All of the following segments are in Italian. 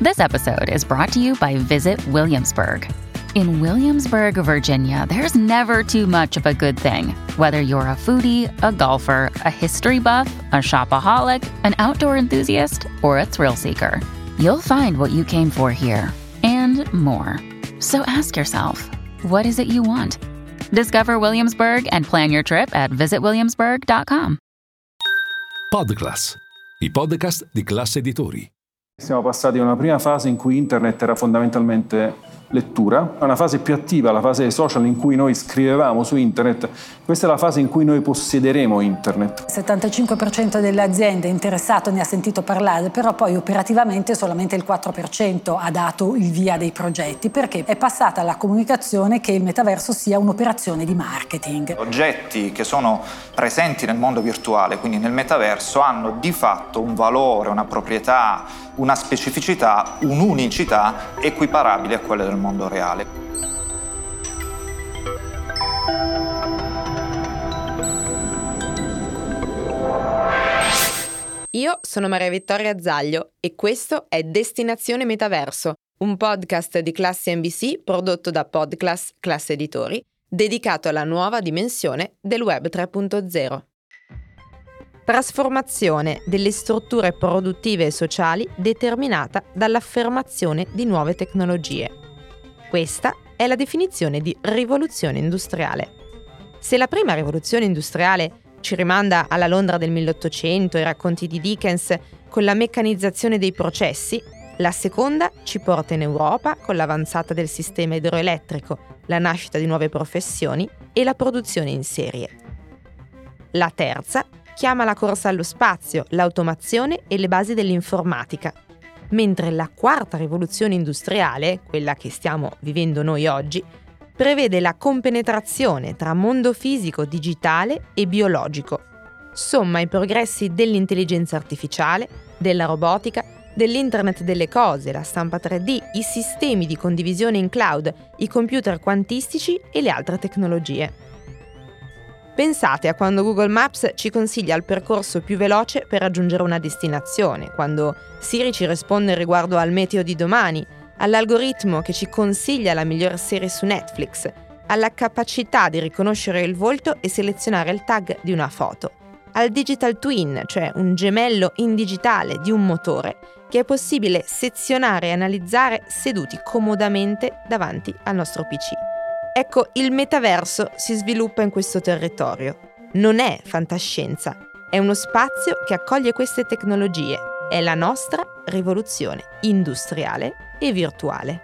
This episode is brought to you by Visit Williamsburg. In Williamsburg, Virginia, there's never too much of a good thing. Whether you're a foodie, a golfer, a history buff, a shopaholic, an outdoor enthusiast, or a thrill seeker, you'll find what you came for here and more. So ask yourself, what is it you want? Discover Williamsburg and plan your trip at visitwilliamsburg.com. Podclass, i podcast di Classe Editori. Siamo passati da una prima fase in cui internet era fondamentalmente lettura, a una fase più attiva, la fase social in cui noi scrivevamo su internet. Questa è la fase in cui noi possederemo internet. Il 75% delle aziende interessato ne ha sentito parlare, però poi operativamente solamente il 4% ha dato il via dei progetti, perché è passata la comunicazione che il metaverso sia un'operazione di marketing. Oggetti che sono presenti nel mondo virtuale, quindi nel metaverso, hanno di fatto un valore, una proprietà, una specificità, un'unicità equiparabile a quelle del mondo reale. Io sono Maria Vittoria Zaglio e questo è Destinazione Metaverso, un podcast di Classe NBC prodotto da Podclass Classe Editori, dedicato alla nuova dimensione del Web 3.0. Trasformazione delle strutture produttive e sociali determinata dall'affermazione di nuove tecnologie. Questa è la definizione di rivoluzione industriale. Se la prima rivoluzione industriale ci rimanda alla Londra del 1800 e ai racconti di Dickens con la meccanizzazione dei processi, la seconda ci porta in Europa con l'avanzata del sistema idroelettrico, la nascita di nuove professioni e la produzione in serie. La terza chiama la corsa allo spazio, l'automazione e le basi dell'informatica, mentre la quarta rivoluzione industriale, quella che stiamo vivendo noi oggi, prevede la compenetrazione tra mondo fisico, digitale e biologico. Somma i progressi dell'intelligenza artificiale, della robotica, dell'internet delle cose, la stampa 3D, i sistemi di condivisione in cloud, i computer quantistici e le altre tecnologie. Pensate a quando Google Maps ci consiglia il percorso più veloce per raggiungere una destinazione, quando Siri ci risponde riguardo al meteo di domani, all'algoritmo che ci consiglia la migliore serie su Netflix, alla capacità di riconoscere il volto e selezionare il tag di una foto, al digital twin, cioè un gemello in digitale di un motore che è possibile sezionare e analizzare seduti comodamente davanti al nostro PC. Ecco, il metaverso si sviluppa in questo territorio. Non è fantascienza, è uno spazio che accoglie queste tecnologie. È la nostra rivoluzione industriale e virtuale.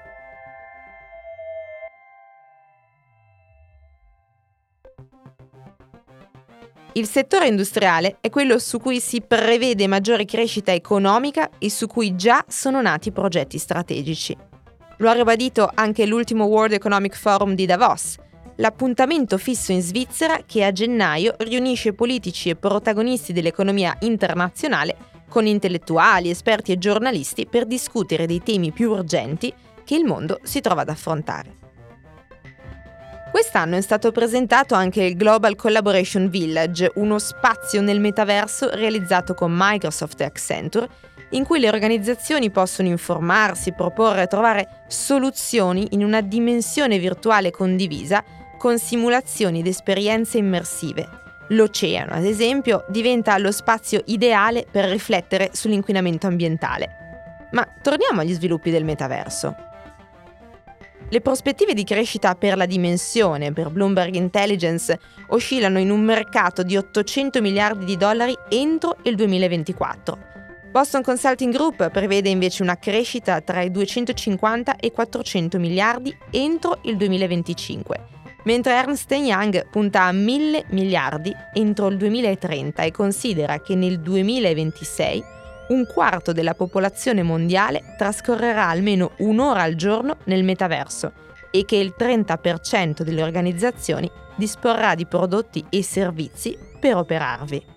Il settore industriale è quello su cui si prevede maggiore crescita economica e su cui già sono nati progetti strategici. Lo ha ribadito anche l'ultimo World Economic Forum di Davos, l'appuntamento fisso in Svizzera che a gennaio riunisce politici e protagonisti dell'economia internazionale con intellettuali, esperti e giornalisti per discutere dei temi più urgenti che il mondo si trova ad affrontare. Quest'anno è stato presentato anche il Global Collaboration Village, uno spazio nel metaverso realizzato con Microsoft e Accenture, in cui le organizzazioni possono informarsi, proporre e trovare soluzioni in una dimensione virtuale condivisa con simulazioni ed esperienze immersive. L'oceano, ad esempio, diventa lo spazio ideale per riflettere sull'inquinamento ambientale. Ma torniamo agli sviluppi del metaverso. Le prospettive di crescita per la dimensione, per Bloomberg Intelligence, oscillano in un mercato di 800 miliardi di dollari entro il 2024. Boston Consulting Group prevede invece una crescita tra i 250 e 400 miliardi entro il 2025, mentre Ernst & Young punta a 1.000 miliardi entro il 2030 e considera che nel 2026 un quarto della popolazione mondiale trascorrerà almeno un'ora al giorno nel metaverso e che il 30% delle organizzazioni disporrà di prodotti e servizi per operarvi.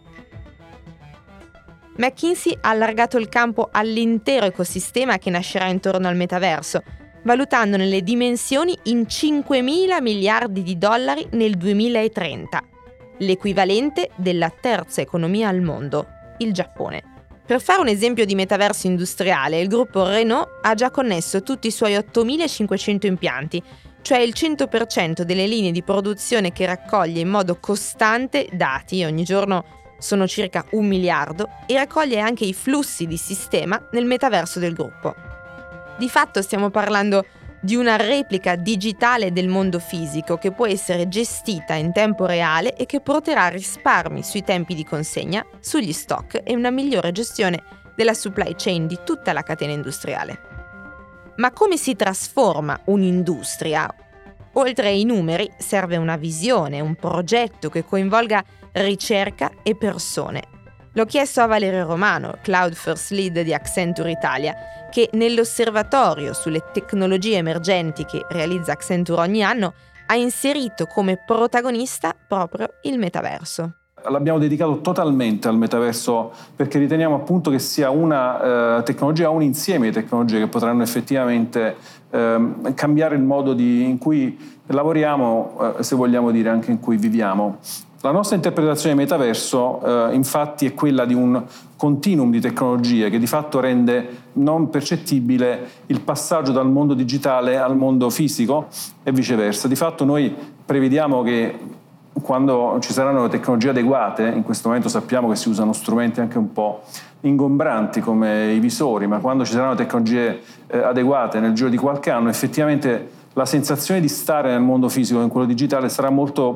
McKinsey ha allargato il campo all'intero ecosistema che nascerà intorno al metaverso, valutandone le dimensioni in 5.000 miliardi di dollari nel 2030, l'equivalente della terza economia al mondo, il Giappone. Per fare un esempio di metaverso industriale, il gruppo Renault ha già connesso tutti i suoi 8.500 impianti, cioè il 100% delle linee di produzione che raccoglie in modo costante dati, ogni giorno sono circa 1 miliardo, e raccoglie anche i flussi di sistema nel metaverso del gruppo. Di fatto stiamo parlando di una replica digitale del mondo fisico che può essere gestita in tempo reale e che porterà risparmi sui tempi di consegna, sugli stock e una migliore gestione della supply chain di tutta la catena industriale. Ma come si trasforma un'industria? Oltre ai numeri serve una visione, un progetto che coinvolga ricerca e persone. L'ho chiesto a Valerio Romano, Cloud First Lead di Accenture Italia, che nell'osservatorio sulle tecnologie emergenti che realizza Accenture ogni anno ha inserito come protagonista proprio il metaverso. L'abbiamo dedicato totalmente al metaverso perché riteniamo appunto che sia una tecnologia, un insieme di tecnologie che potranno effettivamente cambiare il modo in cui lavoriamo, se vogliamo dire anche in cui viviamo. La nostra interpretazione di metaverso infatti è quella di un continuum di tecnologie che di fatto rende non percettibile il passaggio dal mondo digitale al mondo fisico e viceversa. Di fatto noi prevediamo che quando ci saranno tecnologie adeguate, in questo momento sappiamo che si usano strumenti anche un po' ingombranti come i visori, ma quando ci saranno tecnologie adeguate nel giro di qualche anno, effettivamente la sensazione di stare nel mondo fisico e in quello digitale sarà molto,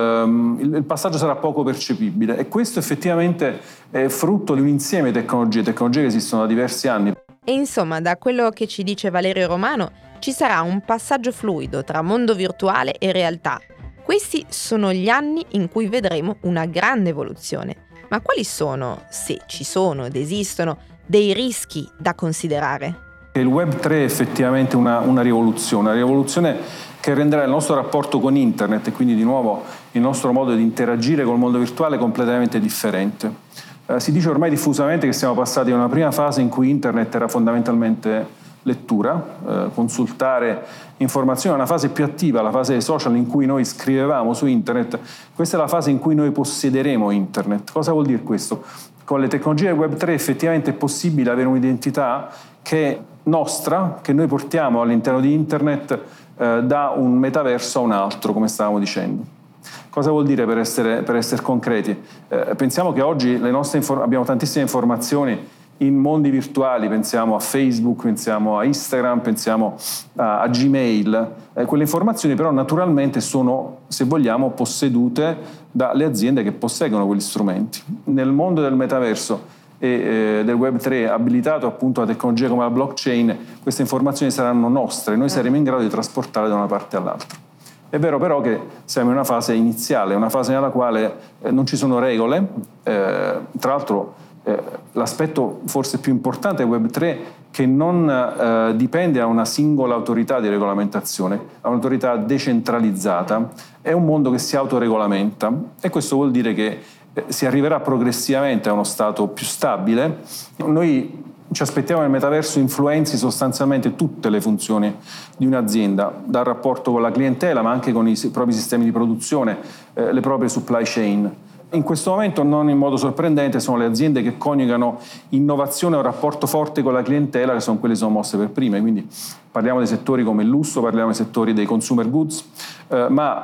il passaggio sarà poco percepibile, e questo effettivamente è frutto di un insieme di tecnologie che esistono da diversi anni. E insomma, da quello che ci dice Valerio Romano, ci sarà un passaggio fluido tra mondo virtuale e realtà. Questi sono gli anni in cui vedremo una grande evoluzione. Ma quali sono, se ci sono ed esistono, dei rischi da considerare? Il Web3 è effettivamente una rivoluzione che renderà il nostro rapporto con Internet e quindi di nuovo il nostro modo di interagire col mondo virtuale completamente differente. Si dice ormai diffusamente che siamo passati da una prima fase in cui Internet era fondamentalmente lettura, consultare informazioni, una fase più attiva, la fase dei social in cui noi scrivevamo su Internet. Questa è la fase in cui noi possederemo Internet. Cosa vuol dire questo? Con le tecnologie del Web3 effettivamente è possibile avere un'identità che è nostra, che noi portiamo all'interno di Internet da un metaverso a un altro, come stavamo dicendo. Cosa vuol dire per essere concreti? Pensiamo che oggi abbiamo tantissime informazioni in mondi virtuali, pensiamo a Facebook, pensiamo a Instagram, pensiamo a Gmail. Quelle informazioni però naturalmente sono, se vogliamo, possedute dalle aziende che posseggono quegli strumenti. Nel mondo del metaverso e del Web3 abilitato appunto a tecnologie come la blockchain, queste informazioni saranno nostre, noi saremo in grado di trasportarle da una parte all'altra. È vero però che siamo in una fase iniziale, una fase nella quale non ci sono regole, tra l'altro l'aspetto forse più importante del Web3 che non dipende da una singola autorità di regolamentazione, da un'autorità decentralizzata, è un mondo che si autoregolamenta, e questo vuol dire che si arriverà progressivamente a uno stato più stabile. Noi ci aspettiamo che il metaverso influenzi sostanzialmente tutte le funzioni di un'azienda, dal rapporto con la clientela ma anche con i propri sistemi di produzione, le proprie supply chain. In questo momento, non in modo sorprendente, sono le aziende che coniugano innovazione e un rapporto forte con la clientela che sono quelle che sono mosse per prime, quindi parliamo dei settori come il lusso, parliamo dei settori dei consumer goods, ma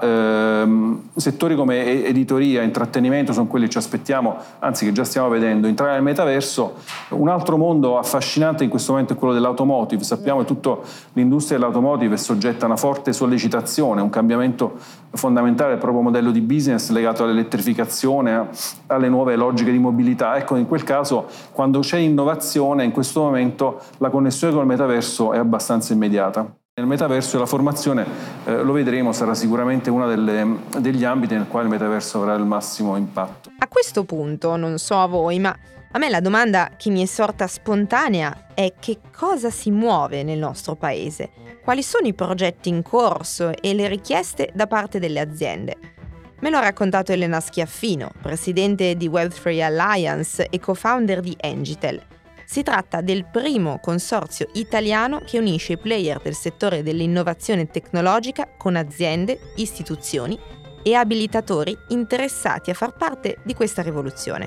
settori come editoria, intrattenimento sono quelli che ci aspettiamo, anzi che già stiamo vedendo, entrare nel metaverso. Un altro mondo affascinante in questo momento è quello dell'automotive. Sappiamo che tutta l'industria dell'automotive è soggetta a una forte sollecitazione, un cambiamento fondamentale del proprio modello di business legato all'elettrificazione, alle nuove logiche di mobilità. Ecco, in quel caso, quando c'è innovazione, in questo momento la connessione con il metaverso è abbastanza immediata. Nel metaverso la formazione, lo vedremo, sarà sicuramente uno degli ambiti nel quale il metaverso avrà il massimo impatto. A questo punto, non so a voi, ma a me la domanda che mi è sorta spontanea è: che cosa si muove nel nostro paese? Quali sono i progetti in corso e le richieste da parte delle aziende? Me lo ha raccontato Elena Schiaffino, presidente di Web3 Alliance e co-founder di Engitel. Si tratta del primo consorzio italiano che unisce i player del settore dell'innovazione tecnologica con aziende, istituzioni e abilitatori interessati a far parte di questa rivoluzione.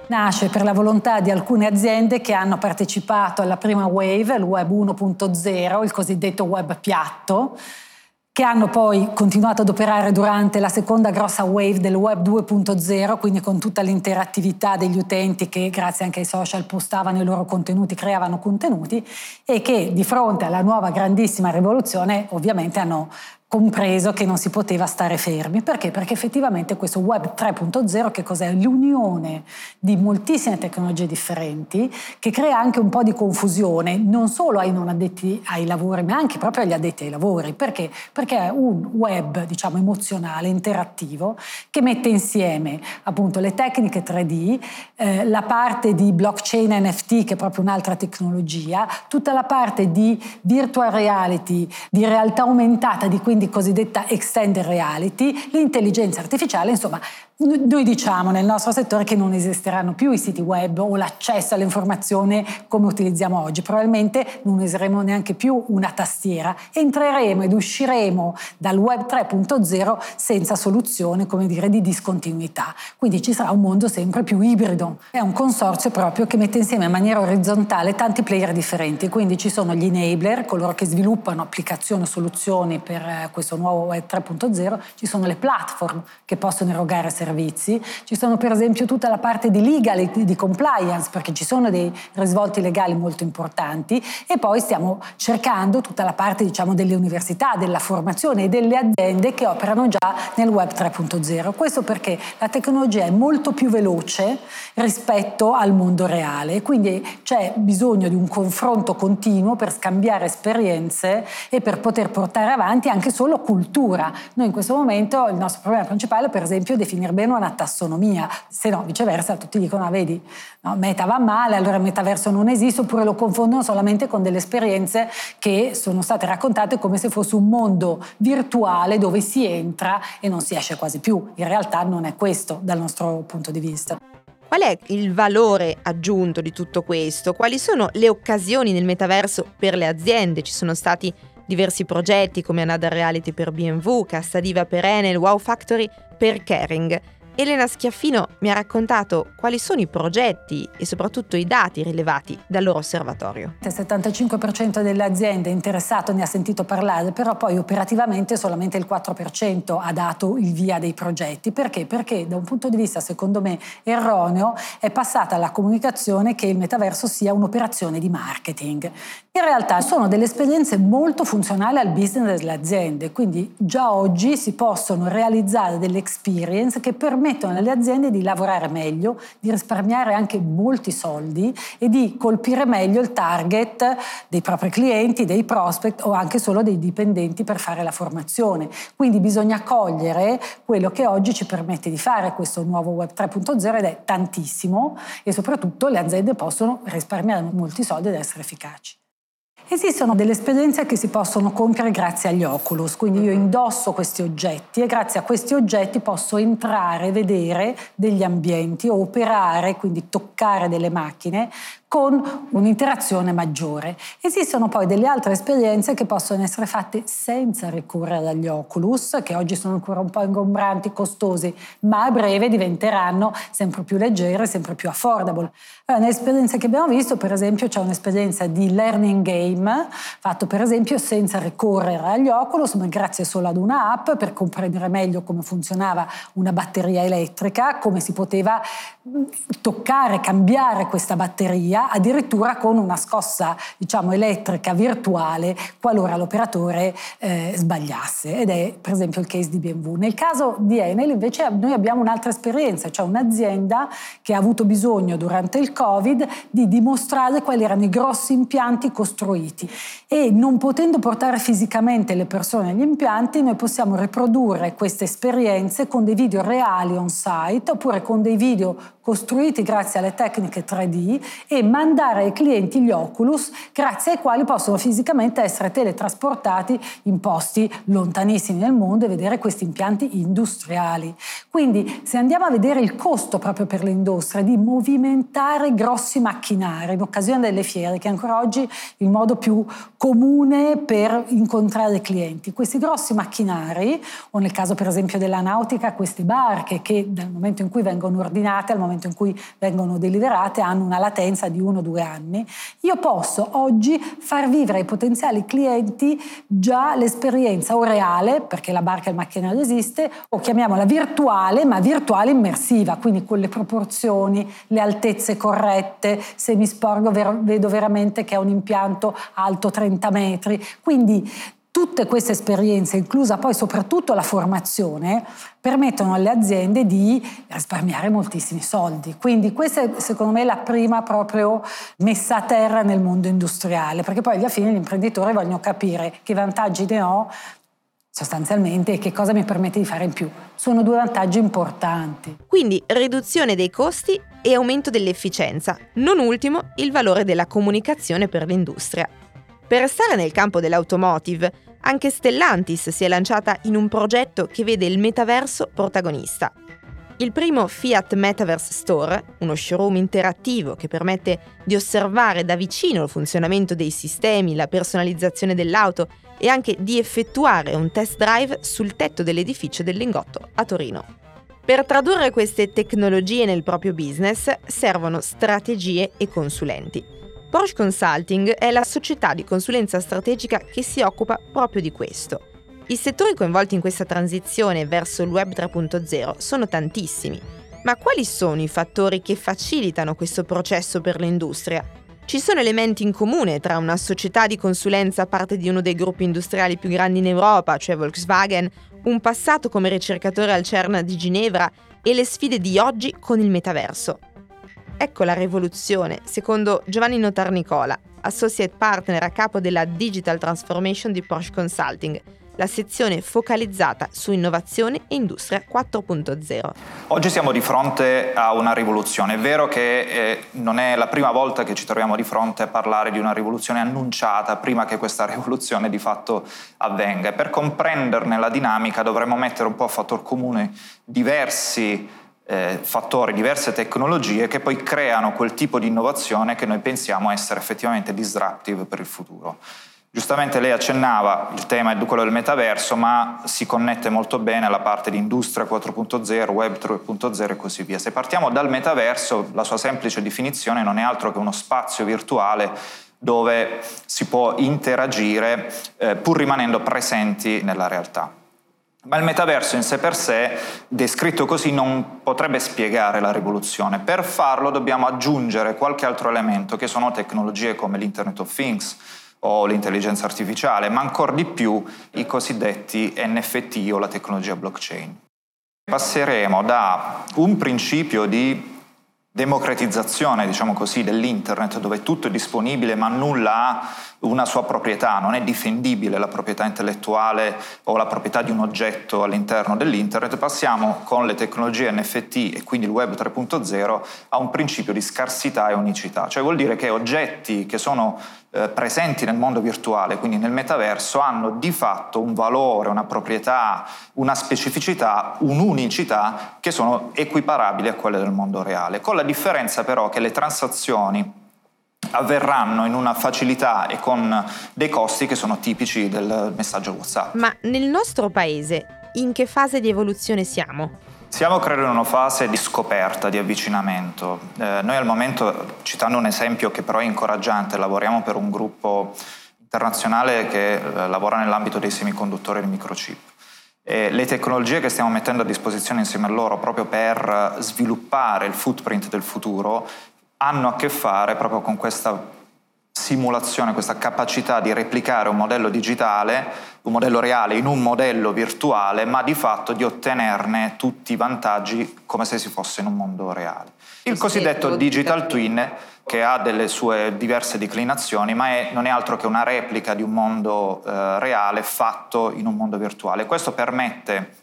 Nasce per la volontà di alcune aziende che hanno partecipato alla prima wave, il web 1.0, il cosiddetto web piatto, che hanno poi continuato ad operare durante la seconda grossa wave del web 2.0, quindi con tutta l'interattività degli utenti che grazie anche ai social postavano i loro contenuti, creavano contenuti, e che di fronte alla nuova grandissima rivoluzione ovviamente hanno compreso che non si poteva stare fermi. Perché? Perché effettivamente questo web 3.0 che cos'è? L'unione di moltissime tecnologie differenti, che crea anche un po' di confusione non solo ai non addetti ai lavori ma anche proprio agli addetti ai lavori. Perché? Perché è un web emozionale, interattivo, che mette insieme appunto le tecniche 3D, la parte di blockchain NFT che è proprio un'altra tecnologia, tutta la parte di virtual reality, di realtà aumentata, di cosiddetta extended reality, l'intelligenza artificiale. Insomma, noi diciamo nel nostro settore che non esisteranno più i siti web o l'accesso all'informazione come utilizziamo oggi. Probabilmente non useremo neanche più una tastiera. Entreremo ed usciremo dal web 3.0 senza soluzione, di discontinuità. Quindi ci sarà un mondo sempre più ibrido. È un consorzio proprio che mette insieme in maniera orizzontale tanti player differenti. Quindi ci sono gli enabler, coloro che sviluppano applicazioni o soluzioni per questo nuovo web 3.0, ci sono le platform che possono erogare servizi, ci sono per esempio tutta la parte di legal, di compliance, perché ci sono dei risvolti legali molto importanti, e poi stiamo cercando tutta la parte delle università, della formazione e delle aziende che operano già nel web 3.0. Questo perché la tecnologia è molto più veloce rispetto al mondo reale, quindi c'è bisogno di un confronto continuo per scambiare esperienze e per poter portare avanti anche solo cultura. Noi in questo momento il nostro problema principale, per esempio, è definire bene una tassonomia, se no viceversa tutti dicono vedi, no, Meta va male, allora il metaverso non esiste, oppure lo confondono solamente con delle esperienze che sono state raccontate come se fosse un mondo virtuale dove si entra e non si esce quasi più. In realtà non è questo dal nostro punto di vista. Qual è il valore aggiunto di tutto questo? Quali sono le occasioni nel metaverso per le aziende? Ci sono stati diversi progetti come Another Reality per BMW, Cassa Diva per Enel, Wow Factory per Kering. Elena Schiaffino mi ha raccontato quali sono i progetti e soprattutto i dati rilevati dal loro osservatorio. Il 75% delle aziende interessato ne ha sentito parlare, però poi operativamente solamente il 4% ha dato il via dei progetti. Perché? Perché da un punto di vista, secondo me, erroneo, è passata la comunicazione che il metaverso sia un'operazione di marketing. In realtà sono delle esperienze molto funzionali al business delle aziende, quindi già oggi si possono realizzare delle experience che permettono alle aziende di lavorare meglio, di risparmiare anche molti soldi e di colpire meglio il target dei propri clienti, dei prospect o anche solo dei dipendenti per fare la formazione. Quindi bisogna cogliere quello che oggi ci permette di fare questo nuovo web 3.0 ed è tantissimo, e soprattutto le aziende possono risparmiare molti soldi ed essere efficaci. Esistono delle esperienze che si possono compiere grazie agli Oculus, quindi io indosso questi oggetti e grazie a questi oggetti posso entrare, vedere degli ambienti, operare, quindi toccare delle macchine con un'interazione maggiore. Esistono poi delle altre esperienze che possono essere fatte senza ricorrere agli Oculus, che oggi sono ancora un po' ingombranti, costosi, ma a breve diventeranno sempre più leggere, sempre più affordable. Nelle esperienze che abbiamo visto, per esempio, c'è un'esperienza di learning game fatto per esempio senza ricorrere agli Oculus, ma grazie solo ad una app per comprendere meglio come funzionava una batteria elettrica, come si poteva toccare, cambiare questa batteria, addirittura con una scossa elettrica virtuale qualora l'operatore sbagliasse, ed è per esempio il case di BMW. Nel caso di Enel invece noi abbiamo un'altra esperienza, cioè un'azienda che ha avuto bisogno durante il Covid di dimostrare quali erano i grossi impianti costruiti, e non potendo portare fisicamente le persone agli impianti noi possiamo riprodurre queste esperienze con dei video reali on site oppure con dei video costruiti grazie alle tecniche 3D e mandare ai clienti gli Oculus, grazie ai quali possono fisicamente essere teletrasportati in posti lontanissimi nel mondo e vedere questi impianti industriali. Quindi se andiamo a vedere il costo proprio per l'industria di movimentare grossi macchinari in occasione delle fiere, che ancora oggi il modo più comune per incontrare clienti, questi grossi macchinari, o nel caso per esempio della nautica queste barche che dal momento in cui vengono ordinate al momento momento in cui vengono deliberate hanno una latenza di 1-2 anni. Io posso oggi far vivere ai potenziali clienti già l'esperienza o reale, perché la barca e il macchinario esiste, o chiamiamola virtuale, ma virtuale immersiva, quindi con le proporzioni, le altezze corrette, se mi sporgo vedo veramente che è un impianto alto 30 metri, quindi tutte queste esperienze, inclusa poi soprattutto la formazione, permettono alle aziende di risparmiare moltissimi soldi. Quindi questa è secondo me la prima proprio messa a terra nel mondo industriale, perché poi alla fine gli imprenditori vogliono capire che vantaggi ne ho sostanzialmente e che cosa mi permette di fare in più. Sono 2 vantaggi importanti. Quindi riduzione dei costi e aumento dell'efficienza, non ultimo il valore della comunicazione per l'industria. Per restare nel campo dell'automotive, anche Stellantis si è lanciata in un progetto che vede il metaverso protagonista. Il primo Fiat Metaverse Store, uno showroom interattivo che permette di osservare da vicino il funzionamento dei sistemi, la personalizzazione dell'auto e anche di effettuare un test drive sul tetto dell'edificio del Lingotto a Torino. Per tradurre queste tecnologie nel proprio business servono strategie e consulenti. Porsche Consulting è la società di consulenza strategica che si occupa proprio di questo. I settori coinvolti in questa transizione verso il Web 3.0 sono tantissimi, ma quali sono i fattori che facilitano questo processo per l'industria? Ci sono elementi in comune tra una società di consulenza parte di uno dei gruppi industriali più grandi in Europa, cioè Volkswagen, un passato come ricercatore al CERN di Ginevra e le sfide di oggi con il metaverso. Ecco la rivoluzione, secondo Giovanni Notarnicola, associate partner a capo della Digital Transformation di Porsche Consulting, la sezione focalizzata su innovazione e industria 4.0. Oggi siamo di fronte a una rivoluzione. È vero che non è la prima volta che ci troviamo di fronte a parlare di una rivoluzione annunciata prima che questa rivoluzione di fatto avvenga. E per comprenderne la dinamica dovremmo mettere un po' a fattor comune diversi fattori, diverse tecnologie che poi creano quel tipo di innovazione che noi pensiamo essere effettivamente disruptive per il futuro. Giustamente lei accennava, il tema è quello del metaverso, ma si connette molto bene alla parte di industria 4.0, web 3.0 e così via. Se partiamo dal metaverso, la sua semplice definizione non è altro che uno spazio virtuale dove si può interagire pur rimanendo presenti nella realtà. Ma il metaverso in sé per sé, descritto così, non potrebbe spiegare la rivoluzione. Per farlo dobbiamo aggiungere qualche altro elemento, che sono tecnologie come l'Internet of Things o l'intelligenza artificiale, ma ancor di più i cosiddetti NFT o la tecnologia blockchain. Passeremo da un principio di democratizzazione, diciamo così, dell'internet, dove tutto è disponibile ma nulla ha una sua proprietà, non è difendibile la proprietà intellettuale o la proprietà di un oggetto all'interno dell'internet, passiamo con le tecnologie NFT e quindi il web 3.0 a un principio di scarsità e unicità, cioè vuol dire che oggetti che sono presenti nel mondo virtuale, quindi nel metaverso, hanno di fatto un valore, una proprietà, una specificità, un'unicità che sono equiparabili a quelle del mondo reale, con la differenza però che le transazioni avverranno in una facilità e con dei costi che sono tipici del messaggio WhatsApp. Ma nel nostro paese, in che fase di evoluzione siamo? Siamo credo in una fase di scoperta, di avvicinamento. Noi al momento, citando un esempio che però è incoraggiante, lavoriamo per un gruppo internazionale che lavora nell'ambito dei semiconduttori e dei microchip. E le tecnologie che stiamo mettendo a disposizione insieme a loro proprio per sviluppare il footprint del futuro hanno a che fare proprio con questa simulazione, questa capacità di replicare un modello digitale, un modello reale in un modello virtuale, ma di fatto di ottenerne tutti i vantaggi come se si fosse in un mondo reale. Il cosiddetto digital twin, che ha delle sue diverse declinazioni, ma non è altro che una replica di un mondo reale fatto in un mondo virtuale. Questo permette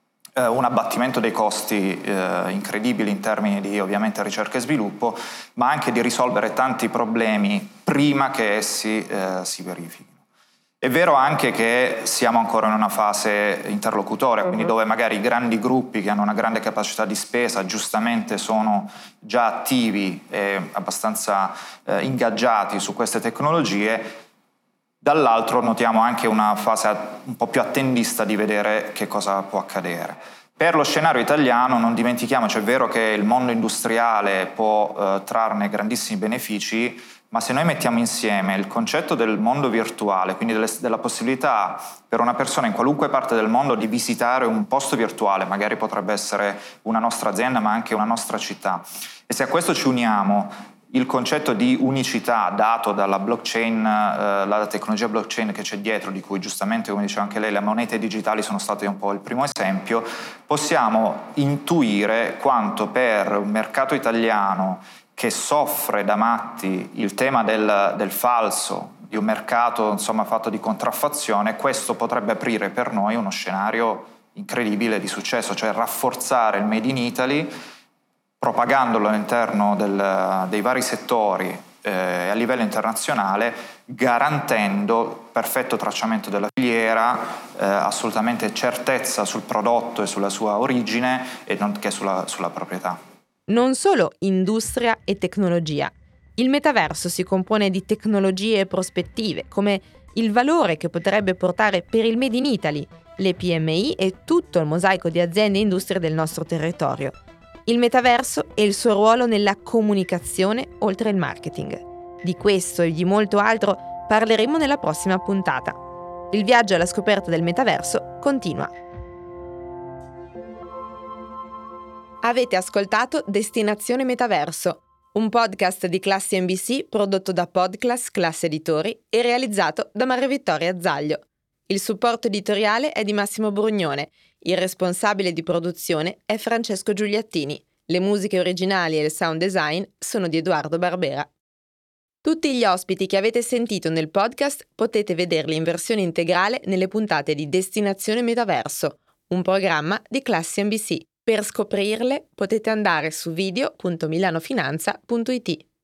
un abbattimento dei costi incredibili in termini di ovviamente ricerca e sviluppo, ma anche di risolvere tanti problemi prima che essi si verifichino. È vero anche che siamo ancora in una fase interlocutoria, quindi dove magari i grandi gruppi che hanno una grande capacità di spesa giustamente sono già attivi e abbastanza ingaggiati su queste tecnologie. Dall'altro notiamo anche una fase un po' più attendista di vedere che cosa può accadere. Per lo scenario italiano non dimentichiamoci, è vero che il mondo industriale può trarne grandissimi benefici, ma se noi mettiamo insieme il concetto del mondo virtuale, quindi della possibilità per una persona in qualunque parte del mondo di visitare un posto virtuale, magari potrebbe essere una nostra azienda ma anche una nostra città, e se a questo ci uniamo il concetto di unicità dato dalla blockchain, la tecnologia blockchain che c'è dietro, di cui giustamente, come diceva anche lei, le monete digitali sono state un po' il primo esempio, possiamo intuire quanto per un mercato italiano che soffre da matti il tema del falso, di un mercato insomma fatto di contraffazione, questo potrebbe aprire per noi uno scenario incredibile di successo, cioè rafforzare il Made in Italy, propagandolo all'interno dei vari settori a livello internazionale, garantendo perfetto tracciamento della filiera, assolutamente certezza sul prodotto e sulla sua origine e nonché sulla proprietà. Non solo industria e tecnologia. Il metaverso si compone di tecnologie e prospettive, come il valore che potrebbe portare per il Made in Italy, le PMI e tutto il mosaico di aziende e industrie del nostro territorio. Il metaverso e il suo ruolo nella comunicazione oltre il marketing. Di questo e di molto altro parleremo nella prossima puntata. Il viaggio alla scoperta del metaverso continua. Avete ascoltato Destinazione Metaverso, un podcast di Classe NBC prodotto da Podclass Classe Editori e realizzato da Maria Vittoria Zaglio. Il supporto editoriale è di Massimo Brugnone. Il responsabile di produzione è Francesco Giuliattini. Le musiche originali e il sound design sono di Edoardo Barbera. Tutti gli ospiti che avete sentito nel podcast potete vederli in versione integrale nelle puntate di Destinazione Metaverso, un programma di Classe NBC. Per scoprirle potete andare su video.milanofinanza.it.